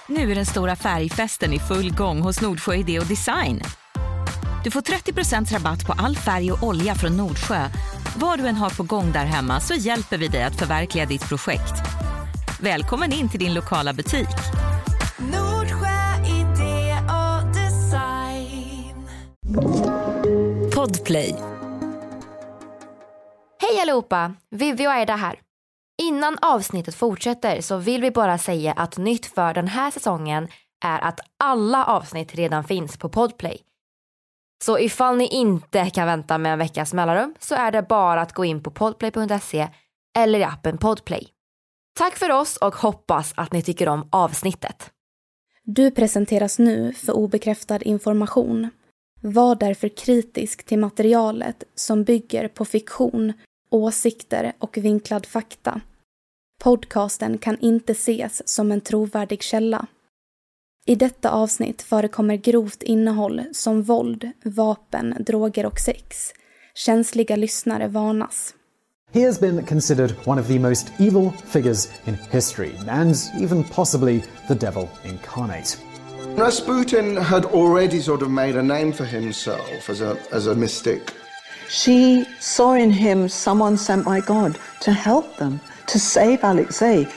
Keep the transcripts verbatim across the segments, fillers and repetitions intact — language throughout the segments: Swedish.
Nu är den stora färgfesten i full gång hos Nordsjö Idé och Design. Du får trettio procent rabatt på all färg och olja från Nordsjö. Vad du än har på gång där hemma så hjälper vi dig att förverkliga ditt projekt. Välkommen in till din lokala butik. Nordsjö Idé och Design. Podplay. Hej allihopa, Vivi och Aida här. Innan avsnittet fortsätter så vill vi bara säga att nytt för den här säsongen är att alla avsnitt redan finns på Podplay. Så ifall ni inte kan vänta med en veckas mellanrum så är det bara att gå in på podplay punkt se eller i appen Podplay. Tack för oss och hoppas att ni tycker om avsnittet. Du presenteras nu för obekräftad information. Var därför kritisk till materialet som bygger på fiktion, åsikter och vinklad fakta. Podcasten kan inte ses som en trovärdig källa. I detta avsnitt förekommer grovt innehåll som våld, vapen, droger och sex. Känsliga lyssnare varnas. He has been considered one of the most evil figures in history, and even possibly the devil incarnate. Rasputin had already sort of made a name for himself as a as a mystic. She saw in him someone sent by God to help them, to save Alexei.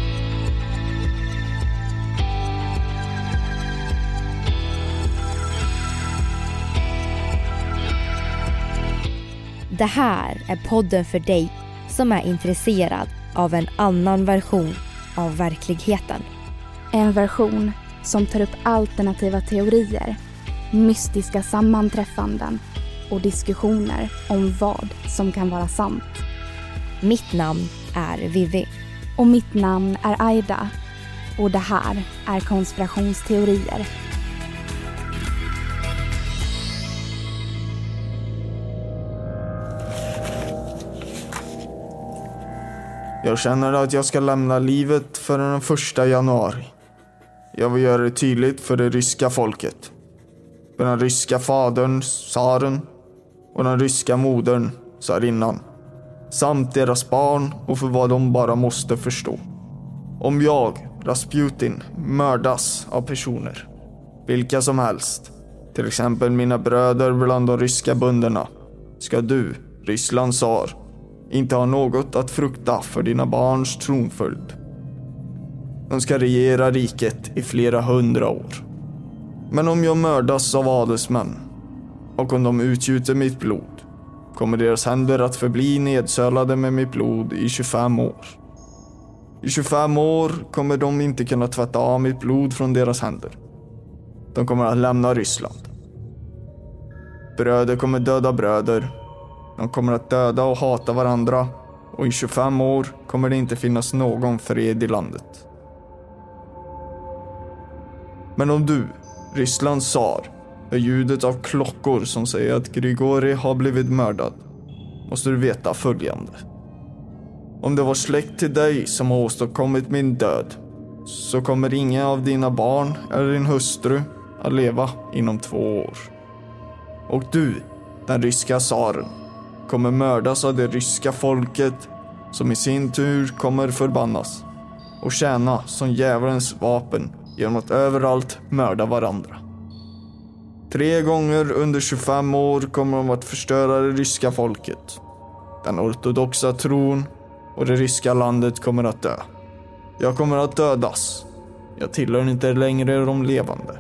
Det här är podden för dig som är intresserad av en annan version av verkligheten. En version som tar upp alternativa teorier, mystiska sammanträffanden och diskussioner om vad som kan vara sant. Mitt namn är Vivi. Och mitt namn är Aida. Och det här är konspirationsteorier. Jag känner att jag ska lämna livet för den första januari. Jag vill göra det tydligt för det ryska folket. För den ryska fadern, tsaren, och den ryska modern, tsarinnan. Samt deras barn och för vad de bara måste förstå. Om jag, Rasputin, mördas av personer, vilka som helst, till exempel mina bröder bland de ryska bönderna, ska du, Rysslands tsar, inte ha något att frukta för dina barns tronföljd. De ska regera riket i flera hundra år. Men om jag mördas av adelsmän och om de utgjuter mitt blod, kommer deras händer att förbli nedsölade med mitt blod i tjugofem år. I tjugofem år kommer de inte kunna tvätta av mitt blod från deras händer. De kommer att lämna Ryssland. Bröder kommer döda bröder. De kommer att döda och hata varandra. Och i tjugofem år kommer det inte finnas någon fred i landet. Men om du, Rysslands tsar, hör ljudet av klockor som säger att Grigori har blivit mördad, måste du veta följande. Om det var släkt till dig som har åstadkommit min död, så kommer inga av dina barn eller din hustru att leva inom två år. Och du, den ryska tsaren, kommer mördas av det ryska folket, som i sin tur kommer förbannas och tjäna som djävulens vapen genom att överallt mörda varandra. Tre gånger under tjugofem år kommer de att förstöra det ryska folket, den ortodoxa tron, och det ryska landet kommer att dö. Jag kommer att dödas. Jag tillhör inte längre de levande.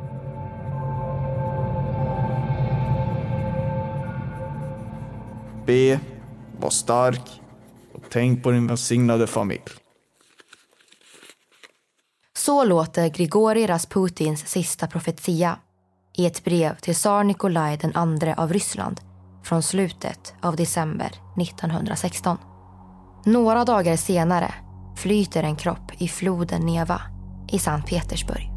Be, var stark och tänk på din välsignade familj. Så låter Grigori Rasputins sista profetia i ett brev till tsar Nikolaj den andre av Ryssland från slutet av december nittonhundrasexton. Några dagar senare flyter en kropp i floden Neva i Sankt Petersburg.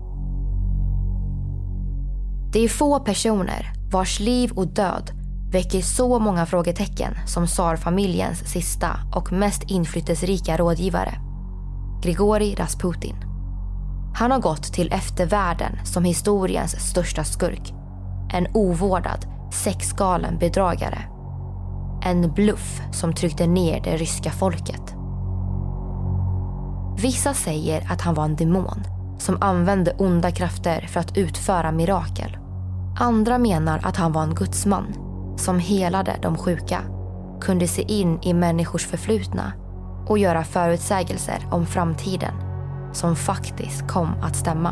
Det är få personer vars liv och död väcker så många frågetecken som tsarfamiljens sista och mest inflytelserika rådgivare, Grigori Rasputin. Han har gått till eftervärlden som historiens största skurk. En ovårdad, sexgalen bedragare. En bluff som tryckte ner det ryska folket. Vissa säger att han var en demon som använde onda krafter för att utföra mirakel. Andra menar att han var en gudsman som helade de sjuka, kunde se in i människors förflutna och göra förutsägelser om framtiden som faktiskt kom att stämma.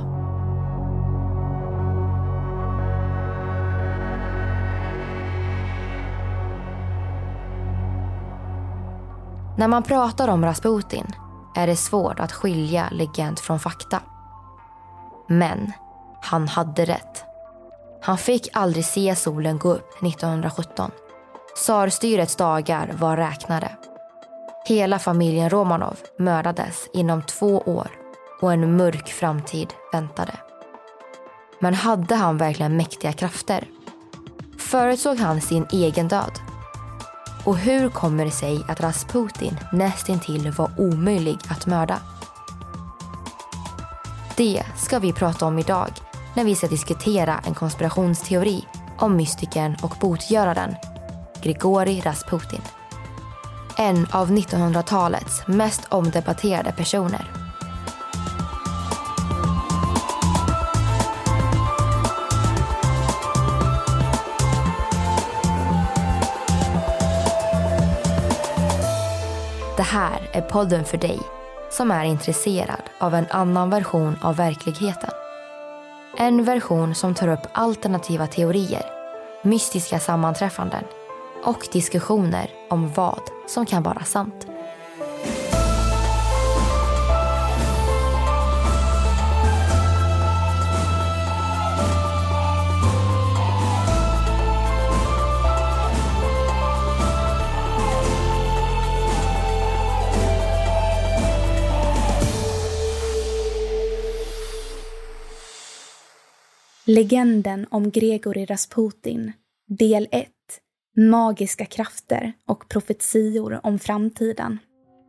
När man pratar om Rasputin är det svårt att skilja legend från fakta. Men han hade rätt. Han fick aldrig se solen gå upp nittonhundrasjutton. Tsarstyrets dagar var räknade. Hela familjen Romanov mördades inom två år och en mörk framtid väntade. Men hade han verkligen mäktiga krafter? Förutsåg han sin egen död? Och hur kommer det sig att Rasputin nästintill var omöjlig att mörda? Det ska vi prata om idag när vi ska diskutera en konspirationsteori om mystikern och botgöraren Grigorij Rasputin. En av nittonhundratalets mest omdebatterade personer. Det här är podden för dig som är intresserad av en annan version av verkligheten. En version som tar upp alternativa teorier, mystiska sammanträffanden och diskussioner om vad som kan vara sant. Legenden om Grigorij Rasputin, del ett. Magiska krafter och profetior om framtiden.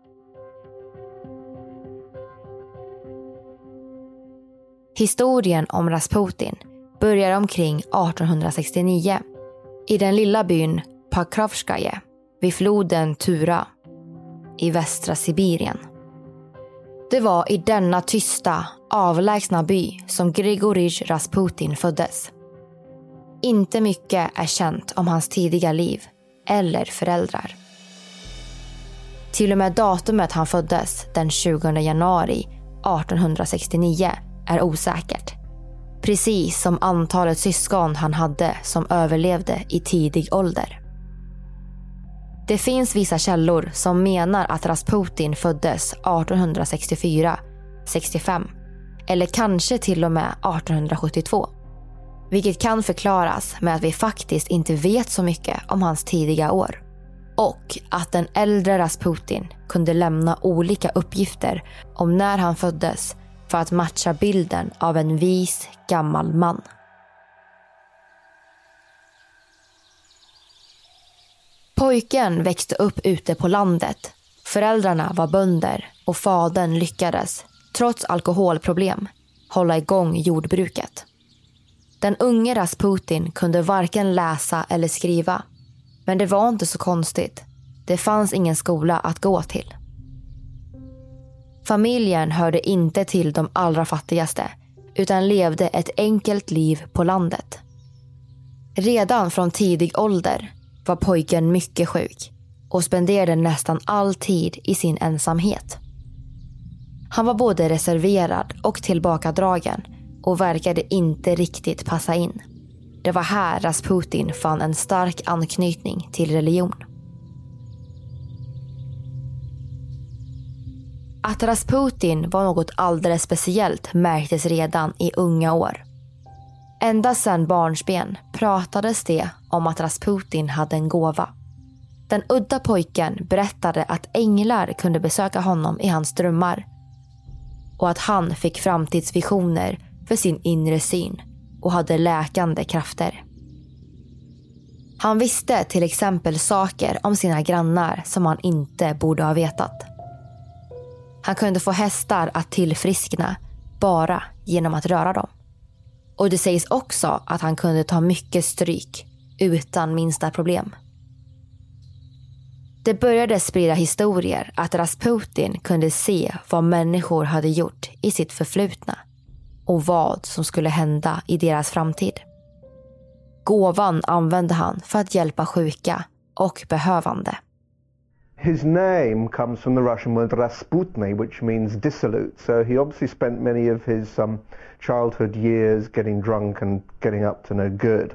Historien om Rasputin börjar omkring artonhundrasextionio i den lilla byn Pokrovskaje vid floden Tura i västra Sibirien. Det var i denna tysta, avlägsna by som Grigorij Rasputin föddes. Inte mycket är känt om hans tidiga liv eller föräldrar. Till och med datumet han föddes, den tjugonde januari artonhundrasextionio, är osäkert. Precis som antalet syskon han hade som överlevde i tidig ålder. Det finns vissa källor som menar att Rasputin föddes artonhundrasextiofyra sextiofem eller kanske till och med artonhundrasjuttiotvå. Vilket kan förklaras med att vi faktiskt inte vet så mycket om hans tidiga år. Och att den äldre Rasputin kunde lämna olika uppgifter om när han föddes för att matcha bilden av en vis gammal man. Pojken växte upp ute på landet. Föräldrarna var bönder och fadern lyckades, trots alkoholproblem, hålla igång jordbruket. Den unge Rasputin kunde varken läsa eller skriva. Men det var inte så konstigt. Det fanns ingen skola att gå till. Familjen hörde inte till de allra fattigaste utan levde ett enkelt liv på landet. Redan från tidig ålder var pojken mycket sjuk och spenderade nästan all tid i sin ensamhet. Han var både reserverad och tillbakadragen och verkade inte riktigt passa in. Det var här Rasputin fann en stark anknytning till religion. Att Rasputin var något alldeles speciellt märktes redan i unga år. Ända sedan barnsben pratades det om att Rasputin hade en gåva. Den udda pojken berättade att änglar kunde besöka honom i hans drömmar och att han fick framtidsvisioner för sin inre syn och hade läkande krafter. Han visste till exempel saker om sina grannar som han inte borde ha vetat. Han kunde få hästar att tillfriskna bara genom att röra dem. Och det sägs också att han kunde ta mycket stryk utan minsta problem. Det började sprida historier att Rasputin kunde se vad människor hade gjort i sitt förflutna och vad som skulle hända i deras framtid. Gåvan använde han för att hjälpa sjuka och behövande. His name comes from the Russian word Rasputny, which means dissolute. So he obviously spent many of his um, childhood years getting drunk and getting up to no good.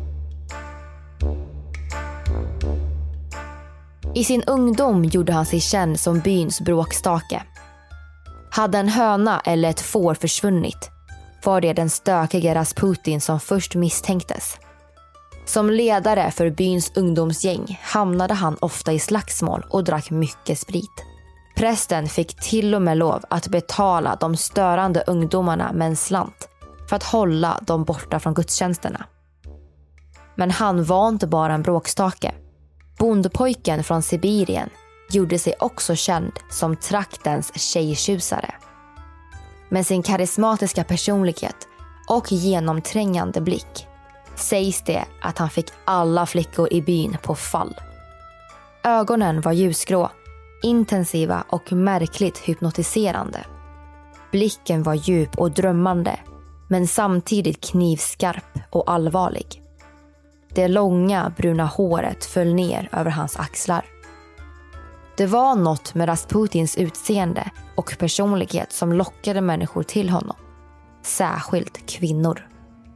I sin ungdom gjorde han sig känd som byns bråkstake. Hade en höna eller ett får försvunnit var det den stökiga Rasputin som först misstänktes. Som ledare för byns ungdomsgäng hamnade han ofta i slagsmål och drack mycket sprit. Prästen fick till och med lov att betala de störande ungdomarna med en slant för att hålla dem borta från gudstjänsterna. Men han var inte bara en bråkstake. Bondpojken från Sibirien gjorde sig också känd som traktens tjejtjusare. Med sin karismatiska personlighet och genomträngande blick sägs det att han fick alla flickor i byn på fall. Ögonen var ljusgrå, intensiva och märkligt hypnotiserande. Blicken var djup och drömmande, men samtidigt knivskarp och allvarlig. Det långa bruna håret föll ner över hans axlar. Det var något med Rasputins utseende och personlighet som lockade människor till honom. Särskilt kvinnor.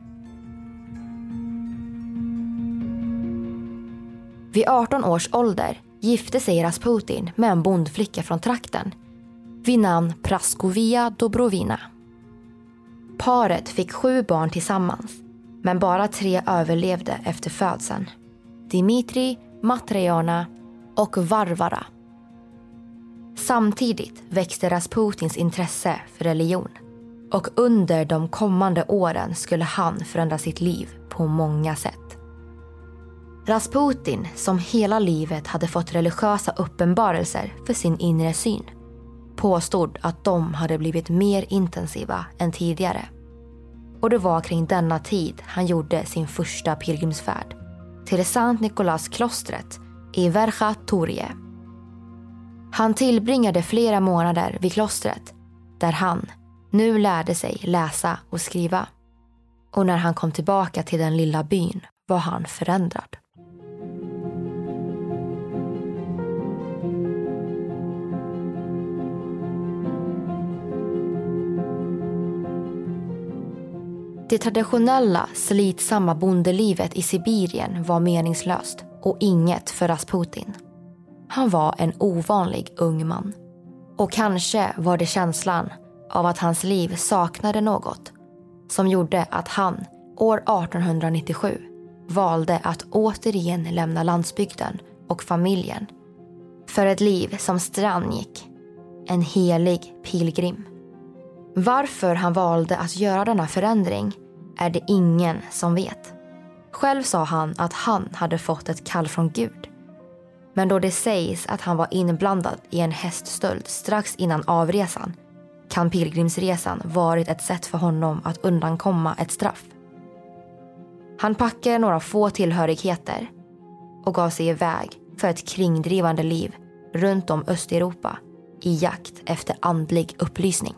Vid arton års ålder gifte sig Rasputin med en bondflicka från trakten vid namn Praskovia Dobrovina. Paret fick sju barn tillsammans, men bara tre överlevde efter födseln. Dimitri, Matrejana och Varvara. Samtidigt växte Rasputins intresse för religion. Och under de kommande åren skulle han förändra sitt liv på många sätt. Rasputin, som hela livet hade fått religiösa uppenbarelser för sin inre syn, påstod att de hade blivit mer intensiva än tidigare. Och det var kring denna tid han gjorde sin första pilgrimsfärd till Sankt Nikolas klostret i Verkhaturje. Han tillbringade flera månader vid klostret där han nu lärde sig läsa och skriva. Och när han kom tillbaka till den lilla byn var han förändrad. Det traditionella, slitsamma bondelivet i Sibirien var meningslöst och inget för Rasputin. Han var en ovanlig ung man. Och kanske var det känslan av att hans liv saknade något som gjorde att han år arton nittiosju valde att återigen lämna landsbygden och familjen för ett liv som strandgick, en helig pilgrim. Varför han valde att göra denna förändring är det ingen som vet. Själv sa han att han hade fått ett kall från Gud. Men då det sägs att han var inblandad i en häststöld strax innan avresan kan pilgrimsresan varit ett sätt för honom att undankomma ett straff. Han packade några få tillhörigheter och gav sig iväg för ett kringdrivande liv runt om Östeuropa i jakt efter andlig upplysning.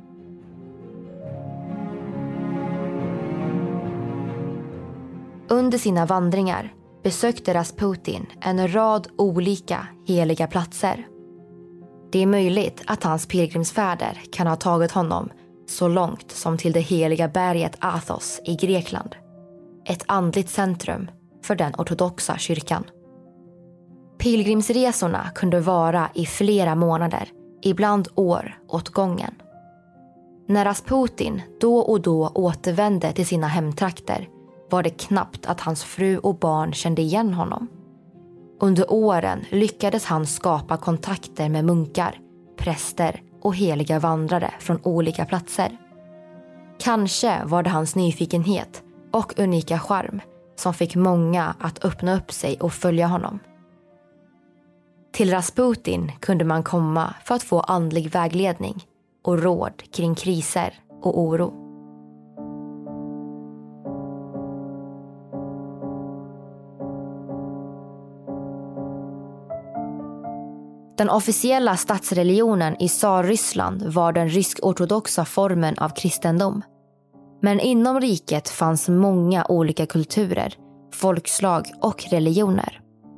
Under sina vandringar besökte Rasputin en rad olika heliga platser. Det är möjligt att hans pilgrimsfärder kan ha tagit honom så långt som till det heliga berget Athos i Grekland. Ett andligt centrum för den ortodoxa kyrkan. Pilgrimsresorna kunde vara i flera månader, ibland år åt gången. När Rasputin då och då återvände till sina hemtrakter var det knappt att hans fru och barn kände igen honom. Under åren lyckades han skapa kontakter med munkar, präster och heliga vandrare från olika platser. Kanske var det hans nyfikenhet och unika charm som fick många att öppna upp sig och följa honom. Till Rasputin kunde man komma för att få andlig vägledning och råd kring kriser och oro. Den officiella statsreligionen i Tsarryssland var den rysk-ortodoxa formen av kristendom, Men inom riket fanns många olika kulturer, folkslag och religioner.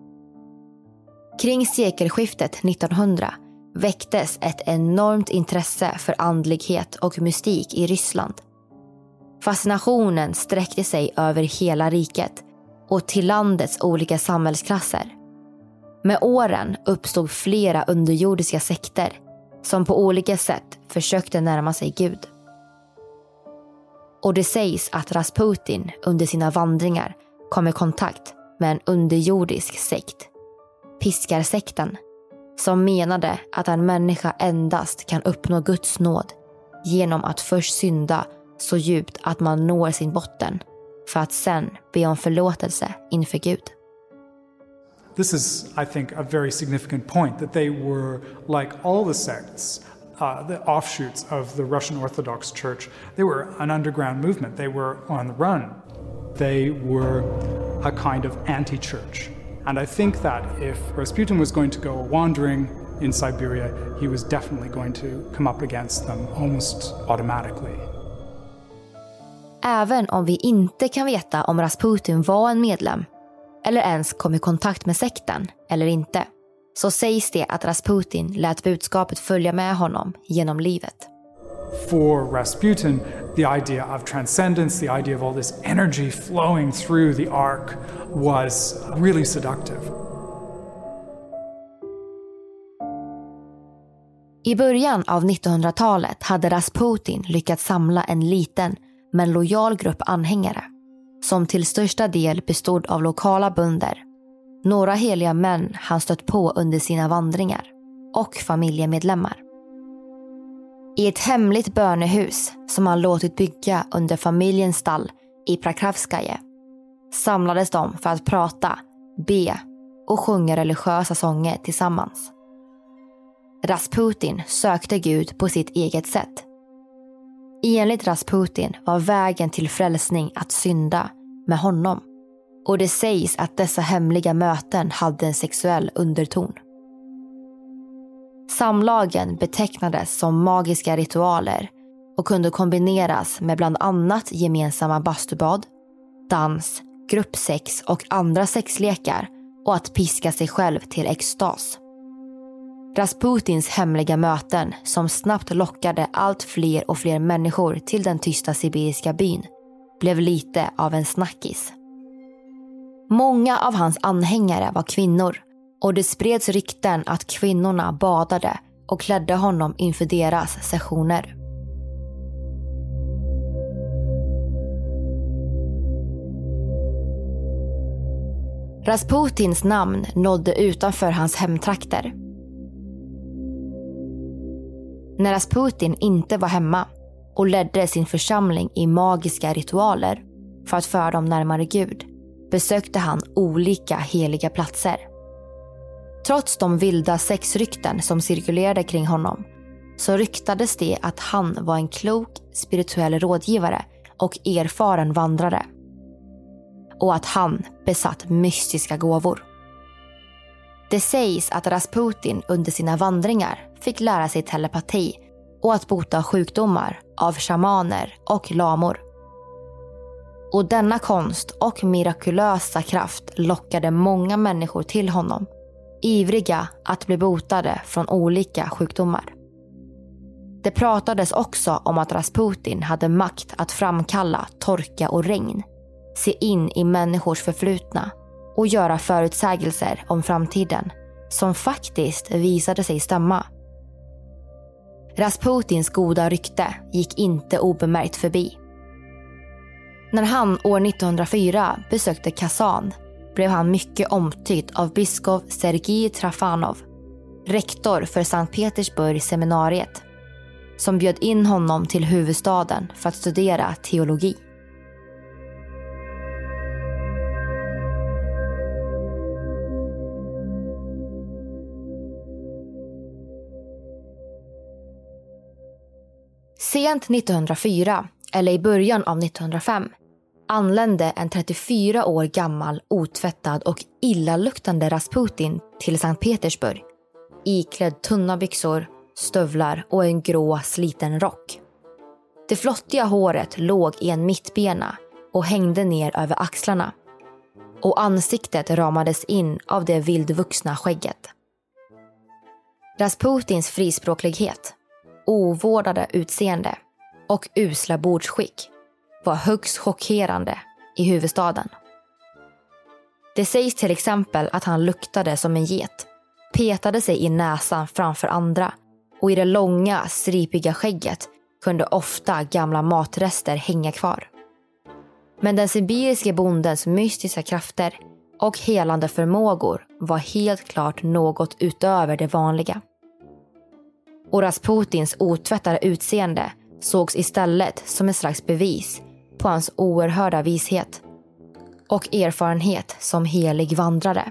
Kring sekelskiftet nittonhundra väcktes ett enormt intresse för andlighet och mystik i Ryssland. Fascinationen sträckte sig över hela riket och till landets olika samhällsklasser. Med åren uppstod flera underjordiska sekter som på olika sätt försökte närma sig Gud. Och det sägs att Rasputin under sina vandringar kom i kontakt med en underjordisk sekt, Piskarsekten, som menade att en människa endast kan uppnå Guds nåd genom att först synda så djupt att man når sin botten för att sen be om förlåtelse inför Gud. This is, I think, a very significant point, that they were, like all the sects, uh, the offshoots of the Russian Orthodox Church, they were an underground movement. They were on the run. They were a kind of anti-church. And I think that if Rasputin was going to go wandering in Siberia, he was definitely going to come up against them almost automatically. Även om vi inte kan veta om Rasputin var en medlem eller ens kom i kontakt med sekten eller inte, så sägs det att Rasputin lät budskapet följa med honom genom livet. For Rasputin, the idea of transcendence, the idea of all this energy flowing through the ark was really seductive. I början av nittonhundratalet hade Rasputin lyckats samla en liten men lojal grupp anhängare som till största del bestod av lokala bönder, några heliga män han stött på under sina vandringar och familjemedlemmar. I ett hemligt bönehus som han låtit bygga under familjens stall i Prakravskaje samlades de för att prata, be och sjunga religiösa sånger tillsammans. Rasputin sökte Gud på sitt eget sätt. Enligt Rasputin var vägen till frälsning att synda med honom. Och det sägs att dessa hemliga möten hade en sexuell underton. Samlagen betecknades som magiska ritualer och kunde kombineras med bland annat gemensamma bastubad, dans, gruppsex och andra sexlekar och att piska sig själv till extas. Rasputins hemliga möten som snabbt lockade allt fler och fler människor till den tysta sibiriska byn blev lite av en snackis. Många av hans anhängare var kvinnor och det spreds rykten att kvinnorna badade och klädde honom inför deras sessioner. Rasputins namn nådde utanför hans hemtrakter. När Rasputin inte var hemma och ledde sin församling i magiska ritualer för att föra dem närmare Gud, besökte han olika heliga platser. Trots de vilda sexrykten som cirkulerade kring honom så ryktades det att han var en klok spirituell rådgivare och erfaren vandrare. Och att han besatt mystiska gåvor. Det sägs att Rasputin under sina vandringar fick lära sig telepati och att bota sjukdomar av shamaner och lamor. Och denna konst och mirakulösa kraft lockade många människor till honom, ivriga att bli botade från olika sjukdomar. Det pratades också om att Rasputin hade makt att framkalla torka och regn, se in i människors förflutna och göra förutsägelser om framtiden som faktiskt visade sig stämma. Rasputins goda rykte gick inte obemärkt förbi. När han år nittonhundrafyra besökte Kazan blev han mycket omtyckt av biskop Sergej Trafanov, rektor för Sankt Petersburg seminariet, som bjöd in honom till huvudstaden för att studera teologi. Sent nittonhundrafyra, eller i början av nittonhundrafem, anlände en trettiofyra år gammal, otvättad och illaluktande Rasputin till Sankt Petersburg, iklädd tunna byxor, stövlar och en grå sliten rock. Det flottiga håret låg i en mittbena och hängde ner över axlarna. Och ansiktet ramades in av det vildvuxna skägget. Rasputins frispråklighet, ovårdade utseende och usla bordsskick var högst chockerande i huvudstaden. Det sägs till exempel att han luktade som en get, petade sig i näsan framför andra och i det långa, stripiga skägget kunde ofta gamla matrester hänga kvar. Men den sibiriske bondens mystiska krafter och helande förmågor var helt klart något utöver det vanliga. Och Rasputins otvättade utseende sågs istället som ett slags bevis på hans oerhörda vishet och erfarenhet som helig vandrare.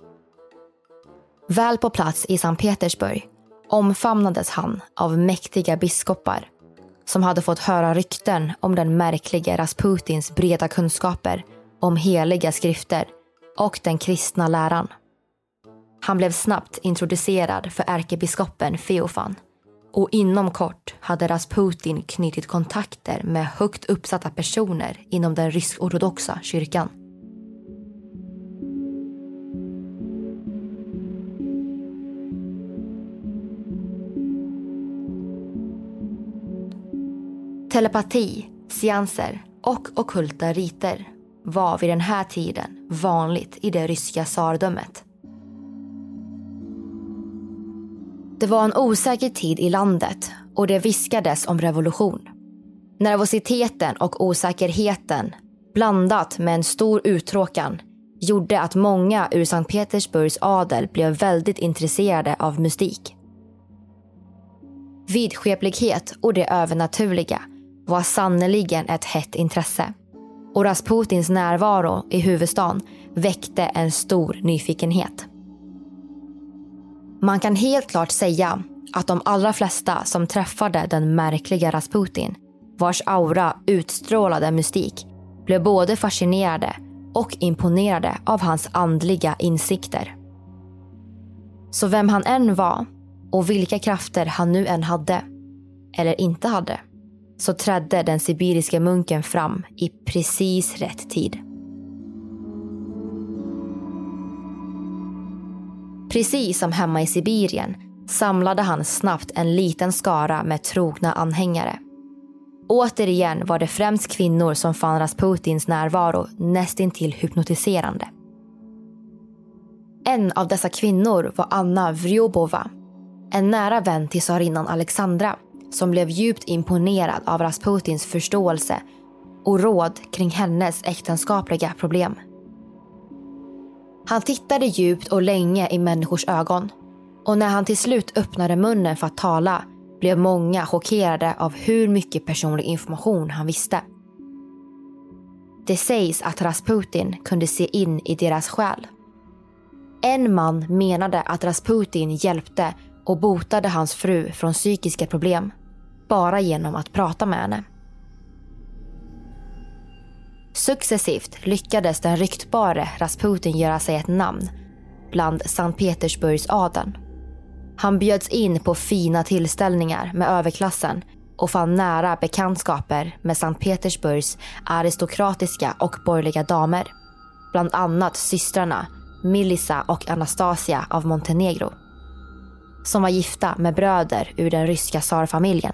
Väl på plats i Sankt Petersburg omfamnades han av mäktiga biskopar som hade fått höra rykten om den märkliga Rasputins breda kunskaper om heliga skrifter och den kristna läran. Han blev snabbt introducerad för ärkebiskopen Feofan och inom kort hade Rasputin knutit kontakter med högt uppsatta personer inom den rysk-ortodoxa kyrkan. Telepati, seanser och ockulta riter var vid den här tiden vanligt i det ryska tsardömet. Det var en osäker tid i landet och det viskades om revolution. Nervositeten och osäkerheten blandat med en stor uttråkan gjorde att många ur Sankt Petersburgs adel blev väldigt intresserade av mystik. Vidskeplighet och det övernaturliga var sannoliken ett hett intresse. Och Rasputins närvaro i huvudstaden väckte en stor nyfikenhet. Man kan helt klart säga att de allra flesta som träffade den märkliga Rasputin, vars aura utstrålade mystik, blev både fascinerade och imponerade av hans andliga insikter. Så vem han än var och vilka krafter han nu än hade, eller inte hade, så trädde den sibiriska munken fram i precis rätt tid. Precis som hemma i Sibirien samlade han snabbt en liten skara med trogna anhängare. Återigen var det främst kvinnor som fann Rasputins närvaro nästintill hypnotiserande. En av dessa kvinnor var Anna Vryobova, en nära vän till tsarinnan Alexandra, som blev djupt imponerad av Rasputins förståelse och råd kring hennes äktenskapliga problem. Han tittade djupt och länge i människors ögon, och när han till slut öppnade munnen för att tala blev många chockerade av hur mycket personlig information han visste. Det sägs att Rasputin kunde se in i deras själ. En man menade att Rasputin hjälpte och botade hans fru från psykiska problem bara genom att prata med henne. Successivt lyckades den ryktbare Rasputin göra sig ett namn bland Sankt Petersburgs adeln. Han bjöds in på fina tillställningar med överklassen och fann nära bekantskaper med Sankt Petersburgs aristokratiska och borgerliga damer, bland annat systrarna Milisa och Anastasia av Montenegro, som var gifta med bröder ur den ryska tsarfamiljen.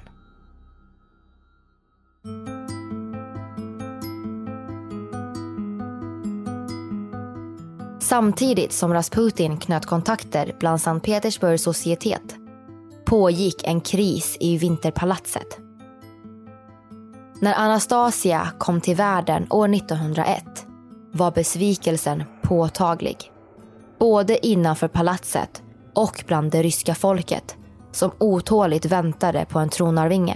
Samtidigt som Rasputin knöt kontakter bland Sankt Petersburgs societet pågick en kris i Vinterpalatset. När Anastasia kom till världen år nittonhundraett var besvikelsen påtaglig, både innanför palatset och bland det ryska folket som otåligt väntade på en tronarvinge.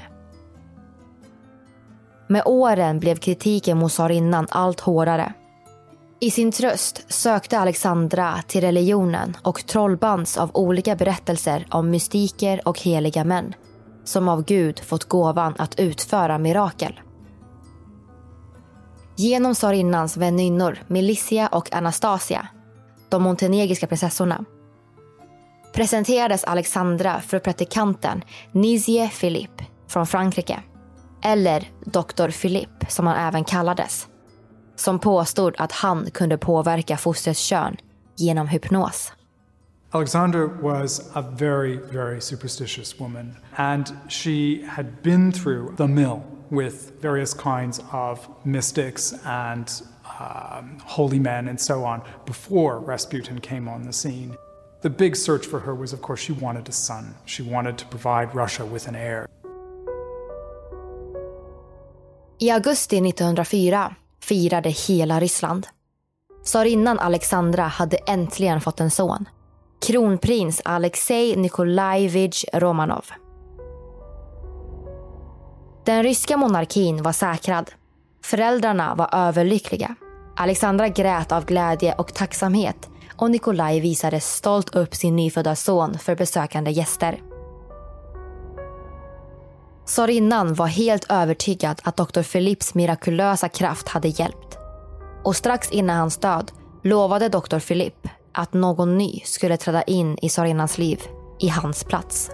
Med åren blev kritiken mot tsarinnan allt hårdare. I sin tröst sökte Alexandra till religionen och trollbands av olika berättelser om mystiker och heliga män som av Gud fått gåvan att utföra mirakel. Genom tsarinnans väninnor Milicia och Anastasia, de montenegriska prinsessorna, presenterades Alexandra för predikanten Nizie Philippe från Frankrike, eller doktor Philipp som han även kallades, som påstod att han kunde påverka fostrets kön genom hypnos. Alexandra was a very, very superstitious woman, and she had been through the mill with various kinds of mystics and um, holy men and so on before Rasputin came on the scene. The big search for her was, of course, she wanted a son. She wanted to provide Russia with an heir. I augusti nittonhundrafyra firade hela Ryssland. Tsarinnan Alexandra hade äntligen fått en son. Kronprins Alexej Nikolajevich Romanov. Den ryska monarkin var säkrad. Föräldrarna var överlyckliga. Alexandra grät av glädje och tacksamhet och Nikolaj visade stolt upp sin nyfödda son för besökande gäster. Tsarinnan var helt övertygad att doktor Philipps mirakulösa kraft hade hjälpt. Och strax innan hans död lovade doktor Philipp att någon ny skulle träda in i tsarinnans liv i hans plats.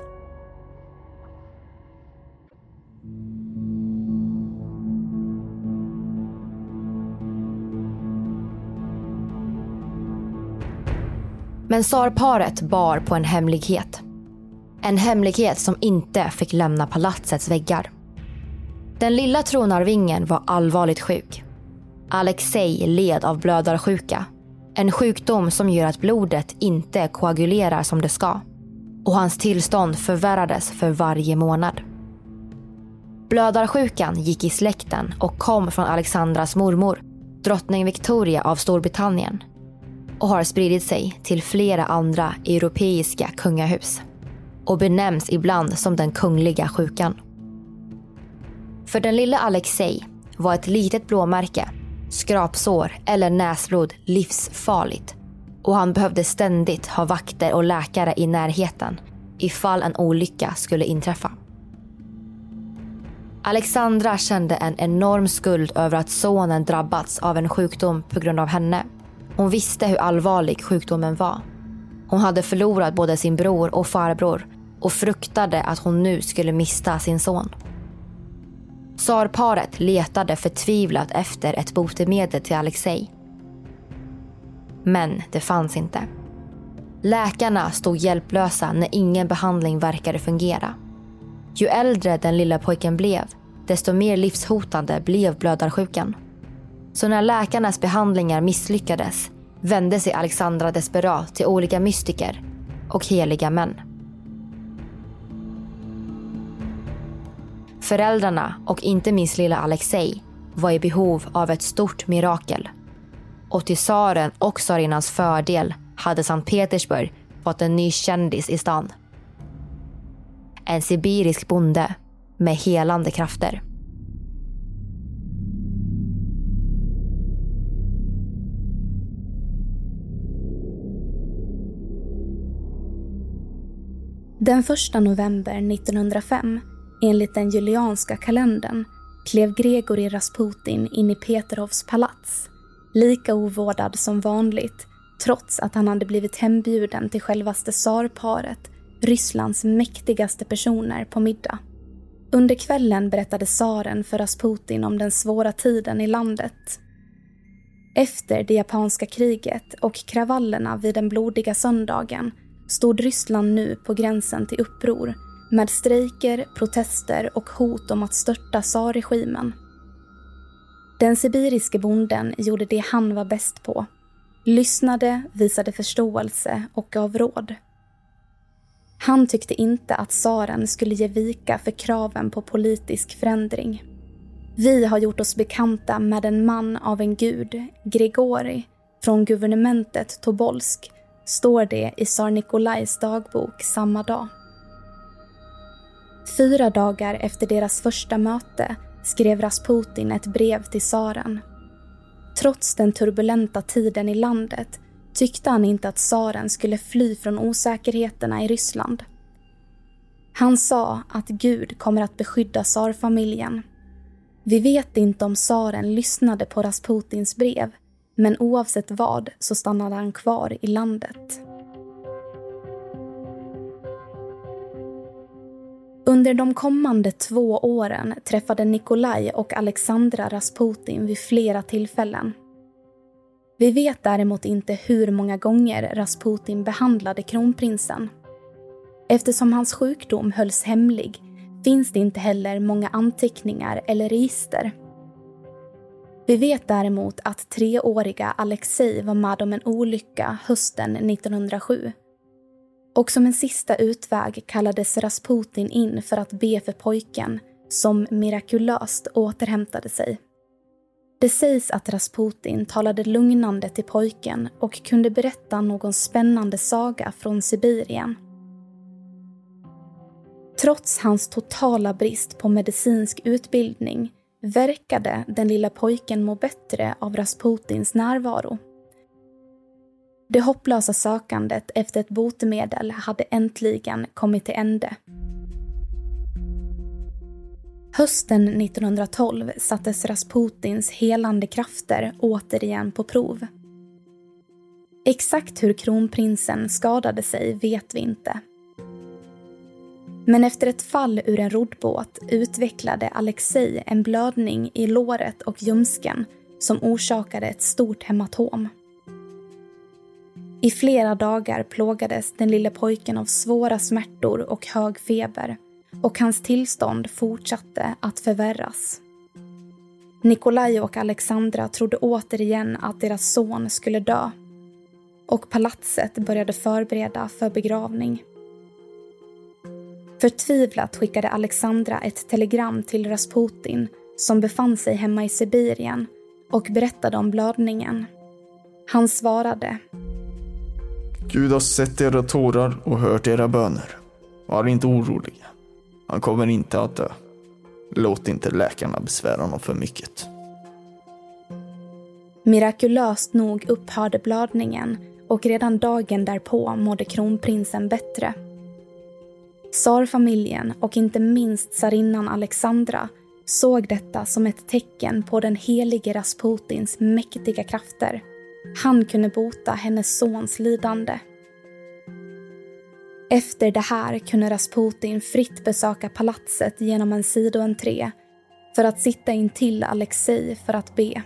Men tsarparet bar på en hemlighet. En hemlighet som inte fick lämna palatsets väggar. Den lilla tronarvingen var allvarligt sjuk. Alexej led av blödarsjuka. En sjukdom som gör att blodet inte koagulerar som det ska. Och hans tillstånd förvärrades för varje månad. Blödarsjukan gick i släkten och kom från Alexandras mormor, drottning Victoria av Storbritannien. Och har spridit sig till flera andra europeiska kungahus. Och benämns ibland som den kungliga sjukan. För den lilla Alexej var ett litet blåmärke, skrapsår eller näsblod livsfarligt. Och han behövde ständigt ha vakter och läkare i närheten ifall en olycka skulle inträffa. Alexandra kände en enorm skuld över att sonen drabbats av en sjukdom på grund av henne. Hon visste hur allvarlig sjukdomen var. Hon hade förlorat både sin bror och farbror och fruktade att hon nu skulle mista sin son. Tsarparet letade förtvivlat efter ett botemedel till Alexej. Men det fanns inte. Läkarna stod hjälplösa när ingen behandling verkade fungera. Ju äldre den lilla pojken blev, desto mer livshotande blev blödarsjukan. Så när läkarnas behandlingar misslyckades vände sig Alexandra desperat till olika mystiker och heliga män. Föräldrarna och inte minst lilla Alexej var i behov av ett stort mirakel. Och till tsaren och tsarinnans fördel hade Sankt Petersburg fått en ny kändis i stan. En sibirisk bonde med helande krafter. Den första november nittonhundrafem, enligt den julianska kalendern, klev Grigorij Rasputin in i Peterovs palats, lika ovårdad som vanligt, trots att han hade blivit hembjuden till självaste tsarparet, Rysslands mäktigaste personer, på middag. Under kvällen berättade tsaren för Rasputin om den svåra tiden i landet. Efter det japanska kriget och kravallerna vid den blodiga söndagen stod Ryssland nu på gränsen till uppror med strejker, protester och hot om att störta tsarregimen. Den sibiriske bonden gjorde det han var bäst på. Lyssnade, visade förståelse och gav råd. Han tyckte inte att tsaren skulle ge vika för kraven på politisk förändring. Vi har gjort oss bekanta med en man av en gud, Grigorij, från guvernementet Tobolsk, står det i tsar Nikolajs dagbok samma dag. Fyra dagar efter deras första möte skrev Rasputin ett brev till tsaren. Trots den turbulenta tiden i landet tyckte han inte att tsaren skulle fly från osäkerheterna i Ryssland. Han sa att Gud kommer att beskydda tsarfamiljen. Vi vet inte om tsaren lyssnade på Rasputins brev, men oavsett vad så stannade han kvar i landet. Under de kommande två åren träffade Nikolaj och Alexandra Rasputin vid flera tillfällen. Vi vet däremot inte hur många gånger Rasputin behandlade kronprinsen. Eftersom hans sjukdom hölls hemlig finns det inte heller många anteckningar eller register. Vi vet däremot att treåriga Alexej var med om en olycka hösten nittonhundrasju. Och som en sista utväg kallades Rasputin in för att be för pojken, som mirakulöst återhämtade sig. Det sägs att Rasputin talade lugnande till pojken och kunde berätta någon spännande saga från Sibirien. Trots hans totala brist på medicinsk utbildning verkade den lilla pojken må bättre av Rasputins närvaro. Det hopplösa sökandet efter ett botemedel hade äntligen kommit till ände. Hösten nittonhundratolv sattes Rasputins helande krafter återigen på prov. Exakt hur kronprinsen skadade sig vet vi inte. Men efter ett fall ur en roddbåt utvecklade Alexej en blödning i låret och ljumsken som orsakade ett stort hematom. I flera dagar plågades den lilla pojken av svåra smärtor och hög feber, och hans tillstånd fortsatte att förvärras. Nikolaj och Alexandra trodde återigen att deras son skulle dö, och palatset började förbereda för begravning. Förtvivlat skickade Alexandra ett telegram till Rasputin som befann sig hemma i Sibirien och berättade om blödningen. Han svarade: Gud har sett era tårar och hört era böner. Var inte oroliga. Han kommer inte att dö. Låt inte läkarna besvära honom för mycket. Mirakulöst nog upphörde blödningen och redan dagen därpå mådde kronprinsen bättre. Tsarfamiljen och inte minst tsarinnan Alexandra såg detta som ett tecken på den helige Rasputins mäktiga krafter. Han kunde bota hennes sons lidande. Efter det här kunde Rasputin fritt besöka palatset genom en sidoentré för att sitta in till Alexej för att be.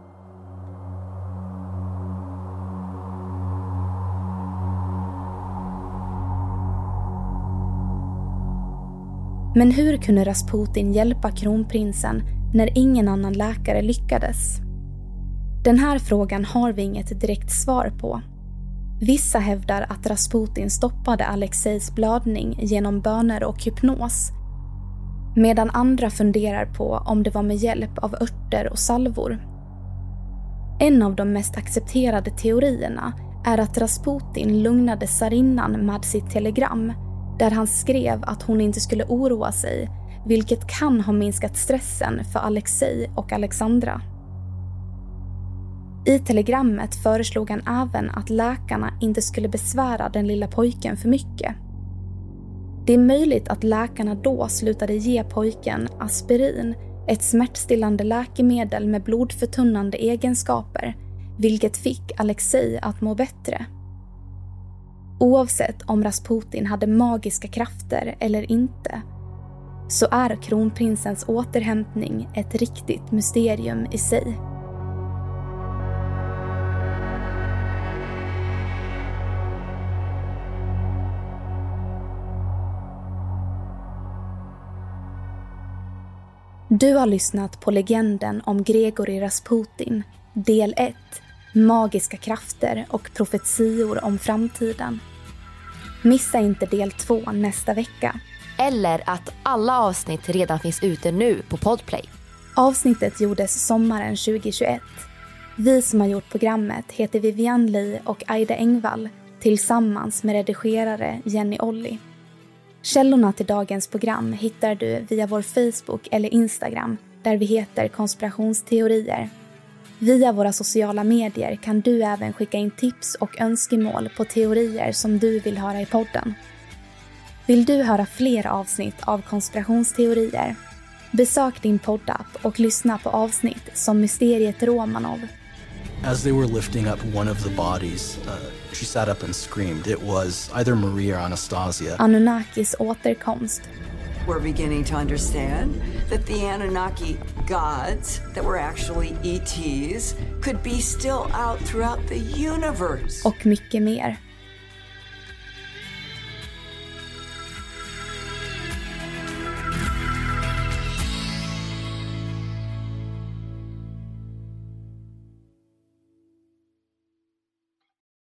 Men hur kunde Rasputin hjälpa kronprinsen när ingen annan läkare lyckades? Den här frågan har vi inget direkt svar på. Vissa hävdar att Rasputin stoppade Alexejs blödning genom böner och hypnos, medan andra funderar på om det var med hjälp av örter och salvor. En av de mest accepterade teorierna är att Rasputin lugnade tsarinnan med sitt telegram, där han skrev att hon inte skulle oroa sig, vilket kan ha minskat stressen för Alexej och Alexandra. I telegrammet föreslog han även att läkarna inte skulle besvära den lilla pojken för mycket. Det är möjligt att läkarna då slutade ge pojken aspirin, ett smärtstillande läkemedel med blodförtunnande egenskaper, vilket fick Alexej att må bättre. Oavsett om Rasputin hade magiska krafter eller inte, så är kronprinsens återhämtning ett riktigt mysterium i sig. Du har lyssnat på legenden om Grigorij Rasputin, del ett, magiska krafter och profetior om framtiden. Missa inte del två nästa vecka. Eller att alla avsnitt redan finns ute nu på Podplay. Avsnittet gjordes sommaren tjugohundratjugoett. Vi som har gjort programmet heter Vivian Lee och Aida Engvall tillsammans med redigerare Jenny Olli. Källorna till dagens program hittar du via vår Facebook eller Instagram där vi heter Konspirationsteorier. Via våra sociala medier kan du även skicka in tips och önskemål på teorier som du vill höra i podden. Vill du höra fler avsnitt av konspirationsteorier? Besök din poddapp och lyssna på avsnitt som Mysteriet Romanov. As they were lifting up one of the bodies, uh, she sat up and screamed. It was either Maria or Anastasia. Anunnakis återkomst. we're beginning to understand that the Anunnaki gods that were actually E T's could be still out throughout the universe. Och mycket mer.